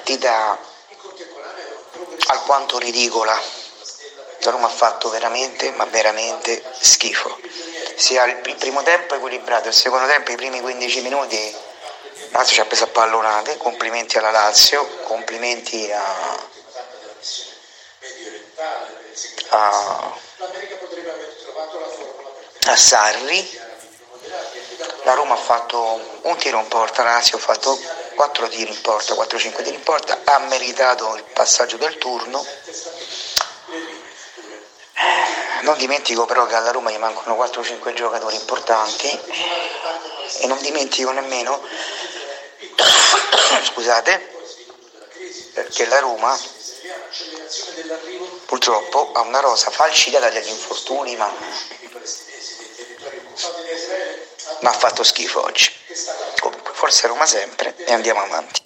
partita alquanto ridicola. La Roma ha fatto veramente, ma veramente schifo. Sia il primo tempo equilibrato, il secondo tempo, i primi 15 minuti, Lazio ci ha preso a pallonate. Complimenti alla Lazio, complimenti a Sarri. La Roma ha fatto un tiro in porta, la Lazio ha fatto 4 tiri in porta, 4-5 tiri in porta, ha meritato il passaggio del turno. Non dimentico però che alla Roma gli mancano 4-5 giocatori importanti e non dimentico nemmeno scusate, perché la Roma purtroppo ha una rosa falcidiata dagli infortuni, ma ha fatto schifo oggi. Comunque, forza Roma sempre e andiamo avanti.